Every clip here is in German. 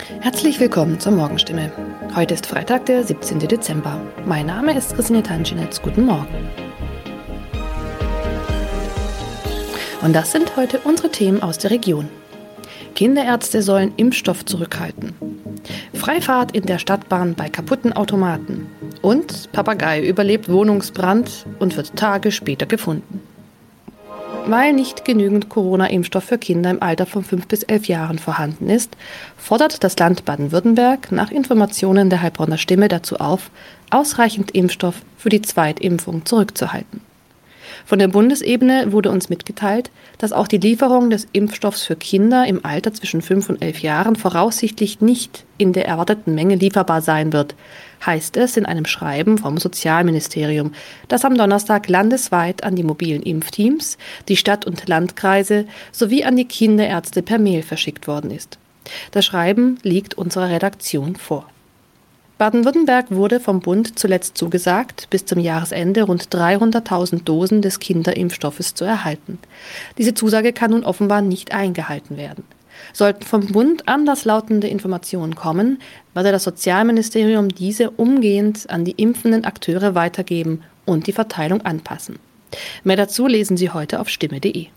Herzlich willkommen zur Morgenstimme. Heute ist Freitag, der 17. Dezember. Mein Name ist Christine Tanschinetz. Guten Morgen. Und das sind heute unsere Themen aus der Region. Kinderärzte sollen Impfstoff zurückhalten. Freifahrt in der Stadtbahn bei kaputten Automaten. Und Papagei überlebt Wohnungsbrand und wird Tage später gefunden. Weil nicht genügend Corona-Impfstoff für Kinder im Alter von 5 bis 11 Jahren vorhanden ist, fordert das Land Baden-Württemberg nach Informationen der Heilbronner Stimme dazu auf, ausreichend Impfstoff für die Zweitimpfung zurückzuhalten. Von der Bundesebene wurde uns mitgeteilt, dass auch die Lieferung des Impfstoffs für Kinder im Alter zwischen 5 und 11 Jahren voraussichtlich nicht in der erwarteten Menge lieferbar sein wird, heißt es in einem Schreiben vom Sozialministerium, das am Donnerstag landesweit an die mobilen Impfteams, die Stadt- und Landkreise sowie an die Kinderärzte per Mail verschickt worden ist. Das Schreiben liegt unserer Redaktion vor. Baden-Württemberg wurde vom Bund zuletzt zugesagt, bis zum Jahresende rund 300.000 Dosen des Kinderimpfstoffes zu erhalten. Diese Zusage kann nun offenbar nicht eingehalten werden. Sollten vom Bund anderslautende Informationen kommen, werde das Sozialministerium diese umgehend an die impfenden Akteure weitergeben und die Verteilung anpassen. Mehr dazu lesen Sie heute auf stimme.de.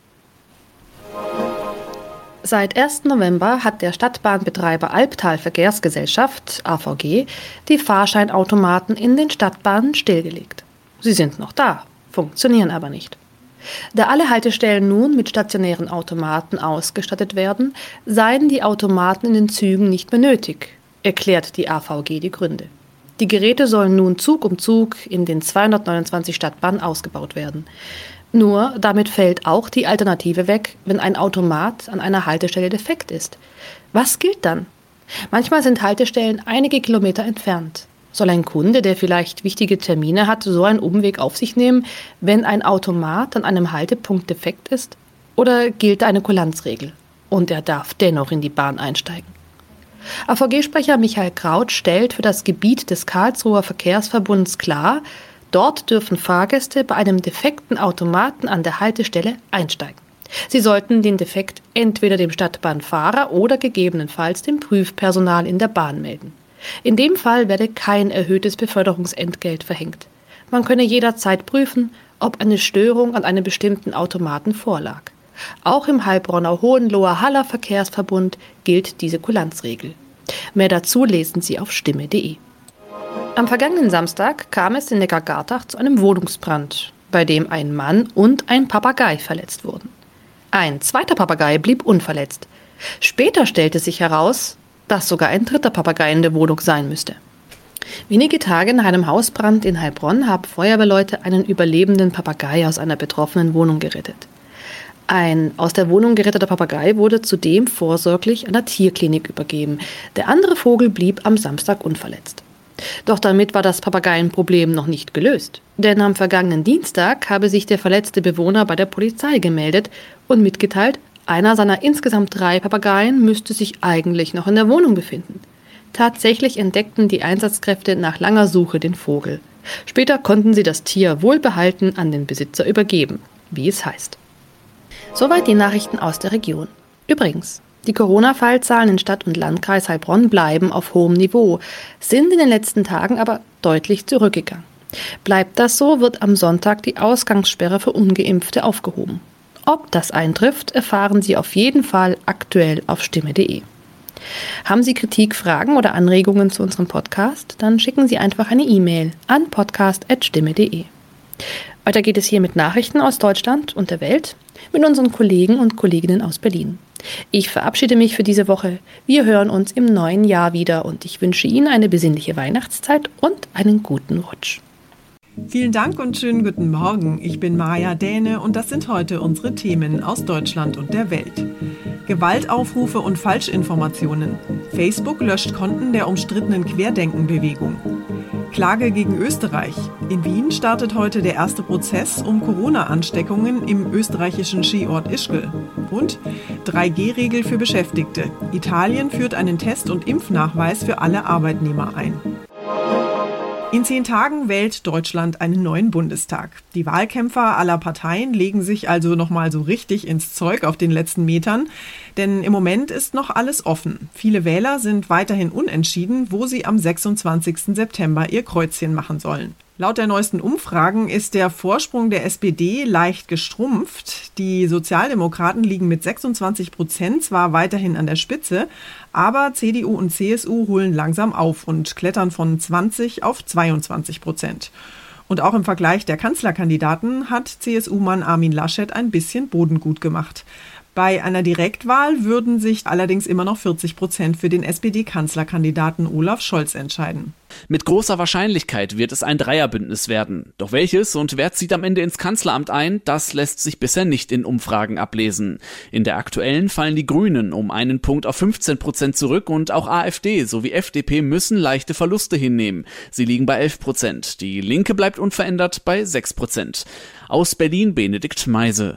Seit 1. November hat der Stadtbahnbetreiber Albtal Verkehrsgesellschaft, AVG, die Fahrscheinautomaten in den Stadtbahnen stillgelegt. Sie sind noch da, funktionieren aber nicht. Da alle Haltestellen nun mit stationären Automaten ausgestattet werden, seien die Automaten in den Zügen nicht mehr nötig, erklärt die AVG die Gründe. Die Geräte sollen nun Zug um Zug in den 229 Stadtbahnen ausgebaut werden. Nur damit fällt auch die Alternative weg, wenn ein Automat an einer Haltestelle defekt ist. Was gilt dann? Manchmal sind Haltestellen einige Kilometer entfernt. Soll ein Kunde, der vielleicht wichtige Termine hat, so einen Umweg auf sich nehmen, wenn ein Automat an einem Haltepunkt defekt ist? Oder gilt eine Kulanzregel und er darf dennoch in die Bahn einsteigen? AVG-Sprecher Michael Kraut stellt für das Gebiet des Karlsruher Verkehrsverbunds klar, dort dürfen Fahrgäste bei einem defekten Automaten an der Haltestelle einsteigen. Sie sollten den Defekt entweder dem Stadtbahnfahrer oder gegebenenfalls dem Prüfpersonal in der Bahn melden. In dem Fall werde kein erhöhtes Beförderungsentgelt verhängt. Man könne jederzeit prüfen, ob eine Störung an einem bestimmten Automaten vorlag. Auch im Heilbronner Hohenloher-Haller Verkehrsverbund gilt diese Kulanzregel. Mehr dazu lesen Sie auf stimme.de. Am vergangenen Samstag kam es in Neckargartach zu einem Wohnungsbrand, bei dem ein Mann und ein Papagei verletzt wurden. Ein zweiter Papagei blieb unverletzt. Später stellte sich heraus, dass sogar ein dritter Papagei in der Wohnung sein müsste. Wenige Tage nach einem Hausbrand in Heilbronn haben Feuerwehrleute einen überlebenden Papagei aus einer betroffenen Wohnung gerettet. Ein aus der Wohnung geretteter Papagei wurde zudem vorsorglich einer Tierklinik übergeben. Der andere Vogel blieb am Samstag unverletzt. Doch damit war das Papageienproblem noch nicht gelöst. Denn am vergangenen Dienstag habe sich der verletzte Bewohner bei der Polizei gemeldet und mitgeteilt, einer seiner insgesamt 3 Papageien müsste sich eigentlich noch in der Wohnung befinden. Tatsächlich entdeckten die Einsatzkräfte nach langer Suche den Vogel. Später konnten sie das Tier wohlbehalten an den Besitzer übergeben, wie es heißt. Soweit die Nachrichten aus der Region. Übrigens, die Corona-Fallzahlen in Stadt und Landkreis Heilbronn bleiben auf hohem Niveau, sind in den letzten Tagen aber deutlich zurückgegangen. Bleibt das so, wird am Sonntag die Ausgangssperre für Ungeimpfte aufgehoben. Ob das eintrifft, erfahren Sie auf jeden Fall aktuell auf stimme.de. Haben Sie Kritik, Fragen oder Anregungen zu unserem Podcast? Dann schicken Sie einfach eine E-Mail an podcast@stimme.de. Weiter geht es hier mit Nachrichten aus Deutschland und der Welt mit unseren Kollegen und Kolleginnen aus Berlin. Ich verabschiede mich für diese Woche. Wir hören uns im neuen Jahr wieder und ich wünsche Ihnen eine besinnliche Weihnachtszeit und einen guten Rutsch. Vielen Dank und schönen guten Morgen. Ich bin Maja Däne und das sind heute unsere Themen aus Deutschland und der Welt. Gewaltaufrufe und Falschinformationen. Facebook löscht Konten der umstrittenen Querdenken-Bewegung. Klage gegen Österreich. In Wien startet heute der erste Prozess um Corona-Ansteckungen im österreichischen Skiort Ischgl. Und 3G-Regel für Beschäftigte. Italien führt einen Test- und Impfnachweis für alle Arbeitnehmer ein. In 10 Tagen wählt Deutschland einen neuen Bundestag. Die Wahlkämpfer aller Parteien legen sich also nochmal so richtig ins Zeug auf den letzten Metern. Denn im Moment ist noch alles offen. Viele Wähler sind weiterhin unentschieden, wo sie am 26. September ihr Kreuzchen machen sollen. Laut der neuesten Umfragen ist der Vorsprung der SPD leicht geschrumpft. Die Sozialdemokraten liegen mit 26% zwar weiterhin an der Spitze, aber CDU und CSU holen langsam auf und klettern von 20 auf 22%. Und auch im Vergleich der Kanzlerkandidaten hat CSU-Mann Armin Laschet ein bisschen Boden gut gemacht. Bei einer Direktwahl würden sich allerdings immer noch 40% für den SPD-Kanzlerkandidaten Olaf Scholz entscheiden. Mit großer Wahrscheinlichkeit wird es ein Dreierbündnis werden. Doch welches und wer zieht am Ende ins Kanzleramt ein, das lässt sich bisher nicht in Umfragen ablesen. In der aktuellen fallen die Grünen um einen Punkt auf 15% zurück und auch AfD sowie FDP müssen leichte Verluste hinnehmen. Sie liegen bei 11%. Die Linke bleibt unverändert bei 6%. Aus Berlin Benedikt Meise.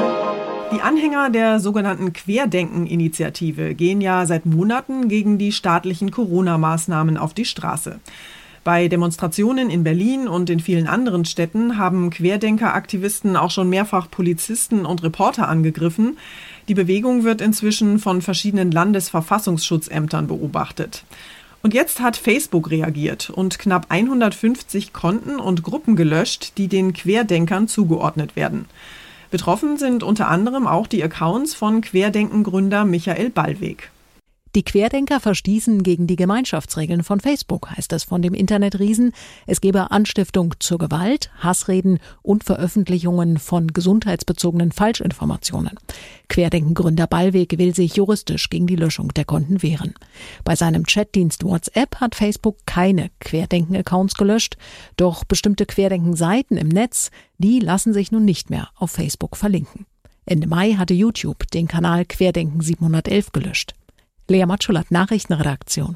Die Anhänger der sogenannten Querdenken-Initiative gehen ja seit Monaten gegen die staatlichen Corona-Maßnahmen auf die Straße. Bei Demonstrationen in Berlin und in vielen anderen Städten haben Querdenker-Aktivisten auch schon mehrfach Polizisten und Reporter angegriffen. Die Bewegung wird inzwischen von verschiedenen Landesverfassungsschutzämtern beobachtet. Und jetzt hat Facebook reagiert und knapp 150 Konten und Gruppen gelöscht, die den Querdenkern zugeordnet werden. Betroffen sind unter anderem auch die Accounts von Querdenken-Gründer Michael Ballweg. Die Querdenker verstießen gegen die Gemeinschaftsregeln von Facebook, heißt es von dem Internetriesen. Es gebe Anstiftung zur Gewalt, Hassreden und Veröffentlichungen von gesundheitsbezogenen Falschinformationen. Querdenken-Gründer Ballweg will sich juristisch gegen die Löschung der Konten wehren. Bei seinem Chatdienst WhatsApp hat Facebook keine Querdenken-Accounts gelöscht, doch bestimmte Querdenken-Seiten im Netz, die lassen sich nun nicht mehr auf Facebook verlinken. Ende Mai hatte YouTube den Kanal Querdenken 711 gelöscht. Lea Matschulat, Nachrichtenredaktion.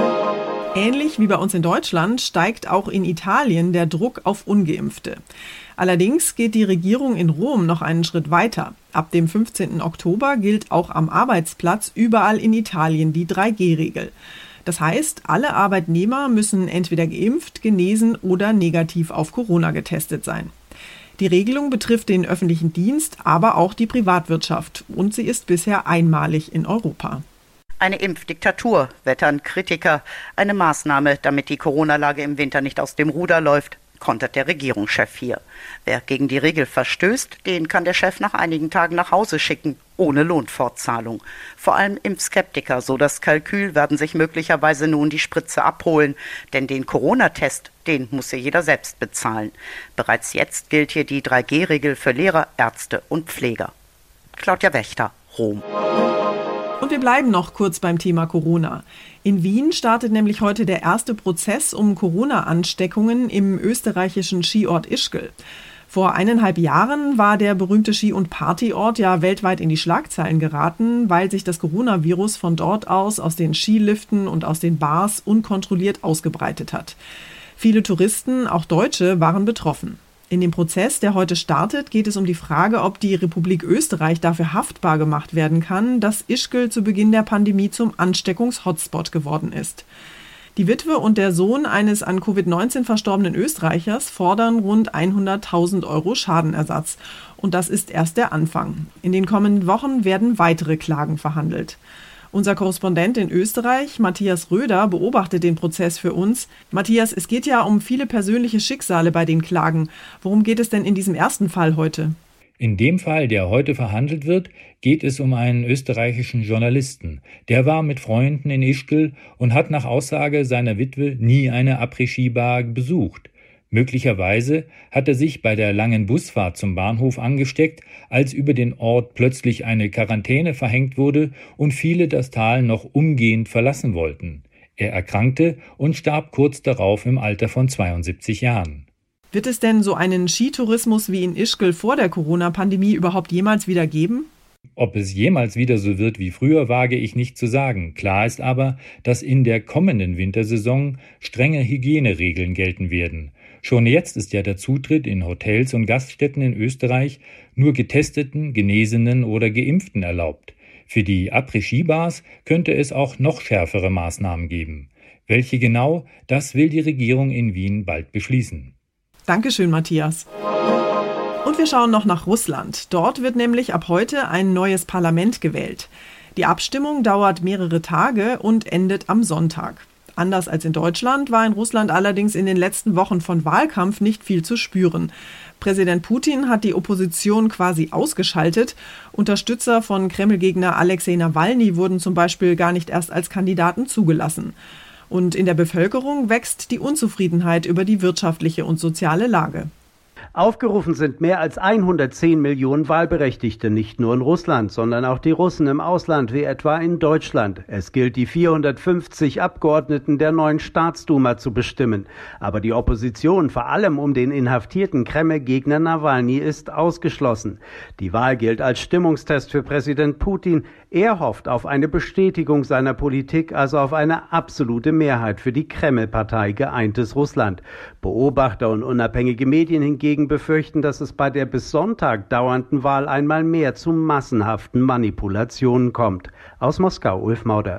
Ähnlich wie bei uns in Deutschland steigt auch in Italien der Druck auf Ungeimpfte. Allerdings geht die Regierung in Rom noch einen Schritt weiter. Ab dem 15. Oktober gilt auch am Arbeitsplatz überall in Italien die 3G-Regel. Das heißt, alle Arbeitnehmer müssen entweder geimpft, genesen oder negativ auf Corona getestet sein. Die Regelung betrifft den öffentlichen Dienst, aber auch die Privatwirtschaft und sie ist bisher einmalig in Europa. Eine Impfdiktatur, wettern Kritiker. Eine Maßnahme, damit die Corona-Lage im Winter nicht aus dem Ruder läuft, kontert der Regierungschef hier. Wer gegen die Regel verstößt, den kann der Chef nach einigen Tagen nach Hause schicken, ohne Lohnfortzahlung. Vor allem Impfskeptiker, so das Kalkül, werden sich möglicherweise nun die Spritze abholen, denn den Corona-Test, den muss ja jeder selbst bezahlen. Bereits jetzt gilt hier die 3G-Regel für Lehrer, Ärzte und Pfleger. Claudia Wächter, Rom. Und wir bleiben noch kurz beim Thema Corona. In Wien startet nämlich heute der erste Prozess um Corona-Ansteckungen im österreichischen Skiort Ischgl. Vor 1,5 Jahren war der berühmte Ski- und Partyort ja weltweit in die Schlagzeilen geraten, weil sich das Coronavirus von dort aus den Skiliften und aus den Bars unkontrolliert ausgebreitet hat. Viele Touristen, auch Deutsche, waren betroffen. In dem Prozess, der heute startet, geht es um die Frage, ob die Republik Österreich dafür haftbar gemacht werden kann, dass Ischgl zu Beginn der Pandemie zum Ansteckungs-Hotspot geworden ist. Die Witwe und der Sohn eines an Covid-19 verstorbenen Österreichers fordern rund 100.000 € Schadenersatz. Und das ist erst der Anfang. In den kommenden Wochen werden weitere Klagen verhandelt. Unser Korrespondent in Österreich, Matthias Röder, beobachtet den Prozess für uns. Matthias, es geht ja um viele persönliche Schicksale bei den Klagen. Worum geht es denn in diesem ersten Fall heute? In dem Fall, der heute verhandelt wird, geht es um einen österreichischen Journalisten. Der war mit Freunden in Ischgl und hat nach Aussage seiner Witwe nie eine Après-Ski-Bar besucht. Möglicherweise hat er sich bei der langen Busfahrt zum Bahnhof angesteckt, als über den Ort plötzlich eine Quarantäne verhängt wurde und viele das Tal noch umgehend verlassen wollten. Er erkrankte und starb kurz darauf im Alter von 72 Jahren. Wird es denn so einen Skitourismus wie in Ischgl vor der Corona-Pandemie überhaupt jemals wieder geben? Ob es jemals wieder so wird wie früher, wage ich nicht zu sagen. Klar ist aber, dass in der kommenden Wintersaison strenge Hygieneregeln gelten werden. Schon jetzt ist ja der Zutritt in Hotels und Gaststätten in Österreich nur Getesteten, Genesenen oder Geimpften erlaubt. Für die Après-Ski-Bars könnte es auch noch schärfere Maßnahmen geben. Welche genau, das will die Regierung in Wien bald beschließen. Dankeschön, Matthias. Und wir schauen noch nach Russland. Dort wird nämlich ab heute ein neues Parlament gewählt. Die Abstimmung dauert mehrere Tage und endet am Sonntag. Anders als in Deutschland war in Russland allerdings in den letzten Wochen von Wahlkampf nicht viel zu spüren. Präsident Putin hat die Opposition quasi ausgeschaltet. Unterstützer von Kreml-Gegner Alexei Nawalny wurden zum Beispiel gar nicht erst als Kandidaten zugelassen. Und in der Bevölkerung wächst die Unzufriedenheit über die wirtschaftliche und soziale Lage. Aufgerufen sind mehr als 110 Millionen Wahlberechtigte, nicht nur in Russland, sondern auch die Russen im Ausland, wie etwa in Deutschland. Es gilt, die 450 Abgeordneten der neuen Staatsduma zu bestimmen. Aber die Opposition, vor allem um den inhaftierten Kreml-Gegner Nawalny, ist ausgeschlossen. Die Wahl gilt als Stimmungstest für Präsident Putin. Er hofft auf eine Bestätigung seiner Politik, also auf eine absolute Mehrheit für die Kreml-Partei Geeintes Russland. Beobachter und unabhängige Medien hingegen befürchten, dass es bei der bis Sonntag dauernden Wahl einmal mehr zu massenhaften Manipulationen kommt. Aus Moskau, Ulf Mauder.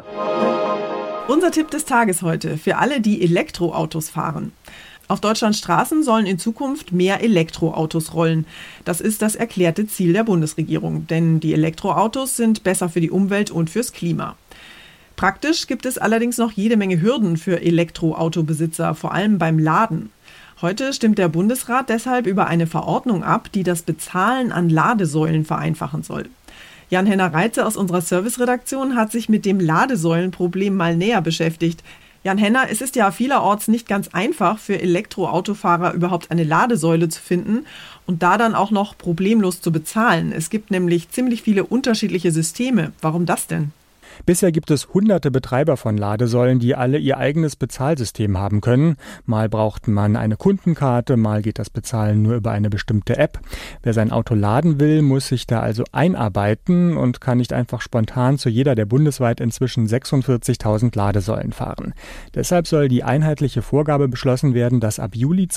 Unser Tipp des Tages heute für alle, die Elektroautos fahren. Auf Deutschlands Straßen sollen in Zukunft mehr Elektroautos rollen. Das ist das erklärte Ziel der Bundesregierung, denn die Elektroautos sind besser für die Umwelt und fürs Klima. Praktisch gibt es allerdings noch jede Menge Hürden für Elektroautobesitzer, vor allem beim Laden. Heute stimmt der Bundesrat deshalb über eine Verordnung ab, die das Bezahlen an Ladesäulen vereinfachen soll. Jan-Henner Reitze aus unserer Serviceredaktion hat sich mit dem Ladesäulenproblem mal näher beschäftigt. Jan-Henner, es ist ja vielerorts nicht ganz einfach für Elektroautofahrer überhaupt eine Ladesäule zu finden und da dann auch noch problemlos zu bezahlen. Es gibt nämlich ziemlich viele unterschiedliche Systeme. Warum das denn? Bisher gibt es hunderte Betreiber von Ladesäulen, die alle ihr eigenes Bezahlsystem haben können. Mal braucht man eine Kundenkarte, mal geht das Bezahlen nur über eine bestimmte App. Wer sein Auto laden will, muss sich da also einarbeiten und kann nicht einfach spontan zu jeder der bundesweit inzwischen 46.000 Ladesäulen fahren. Deshalb soll die einheitliche Vorgabe beschlossen werden, dass ab Juli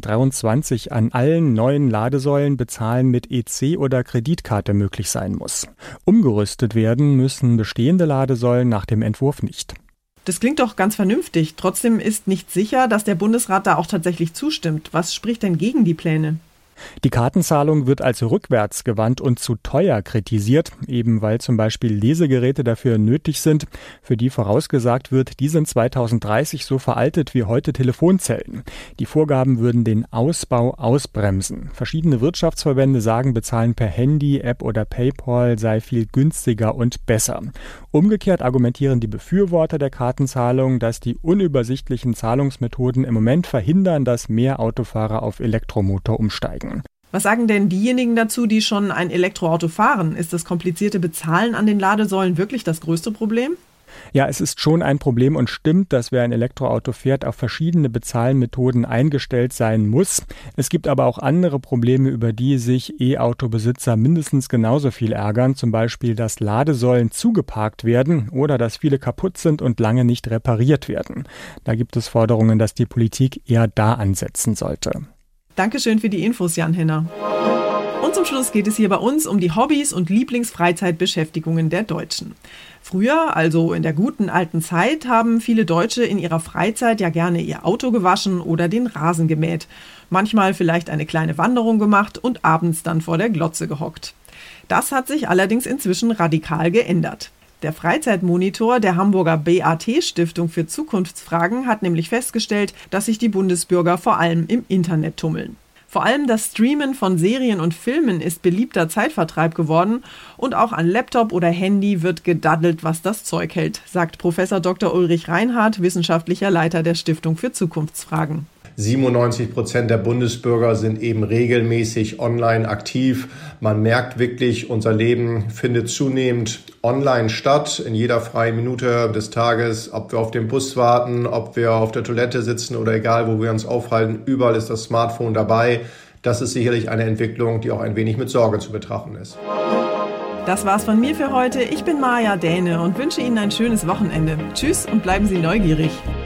2023 an allen neuen Ladesäulen Bezahlen mit EC oder Kreditkarte möglich sein muss. Umgerüstet werden müssen bestehende Ladesäulen nach dem Entwurf nicht. Das klingt doch ganz vernünftig. Trotzdem ist nicht sicher, dass der Bundesrat da auch tatsächlich zustimmt. Was spricht denn gegen die Pläne? Die Kartenzahlung wird als rückwärtsgewandt und zu teuer kritisiert, eben weil zum Beispiel Lesegeräte dafür nötig sind, für die vorausgesagt wird, die sind 2030 so veraltet wie heute Telefonzellen. Die Vorgaben würden den Ausbau ausbremsen. Verschiedene Wirtschaftsverbände sagen, Bezahlen per Handy, App oder PayPal sei viel günstiger und besser. Umgekehrt argumentieren die Befürworter der Kartenzahlung, dass die unübersichtlichen Zahlungsmethoden im Moment verhindern, dass mehr Autofahrer auf Elektromotor umsteigen. Was sagen denn diejenigen dazu, die schon ein Elektroauto fahren? Ist das komplizierte Bezahlen an den Ladesäulen wirklich das größte Problem? Ja, es ist schon ein Problem und stimmt, dass wer ein Elektroauto fährt, auf verschiedene Bezahlmethoden eingestellt sein muss. Es gibt aber auch andere Probleme, über die sich E-Auto-Besitzer mindestens genauso viel ärgern. Zum Beispiel, dass Ladesäulen zugeparkt werden oder dass viele kaputt sind und lange nicht repariert werden. Da gibt es Forderungen, dass die Politik eher da ansetzen sollte. Dankeschön für die Infos, Jan-Henner. Und zum Schluss geht es hier bei uns um die Hobbys und Lieblingsfreizeitbeschäftigungen der Deutschen. Früher, also in der guten alten Zeit, haben viele Deutsche in ihrer Freizeit ja gerne ihr Auto gewaschen oder den Rasen gemäht. Manchmal vielleicht eine kleine Wanderung gemacht und abends dann vor der Glotze gehockt. Das hat sich allerdings inzwischen radikal geändert. Der Freizeitmonitor der Hamburger BAT-Stiftung für Zukunftsfragen hat nämlich festgestellt, dass sich die Bundesbürger vor allem im Internet tummeln. Vor allem das Streamen von Serien und Filmen ist beliebter Zeitvertreib geworden und auch an Laptop oder Handy wird gedaddelt, was das Zeug hält, sagt Professor Dr. Ulrich Reinhardt, wissenschaftlicher Leiter der Stiftung für Zukunftsfragen. 97% der Bundesbürger sind eben regelmäßig online aktiv. Man merkt wirklich, unser Leben findet zunehmend online statt, in jeder freien Minute des Tages. Ob wir auf dem Bus warten, ob wir auf der Toilette sitzen oder egal, wo wir uns aufhalten, überall ist das Smartphone dabei. Das ist sicherlich eine Entwicklung, die auch ein wenig mit Sorge zu betrachten ist. Das war's von mir für heute. Ich bin Maja Däne und wünsche Ihnen ein schönes Wochenende. Tschüss und bleiben Sie neugierig.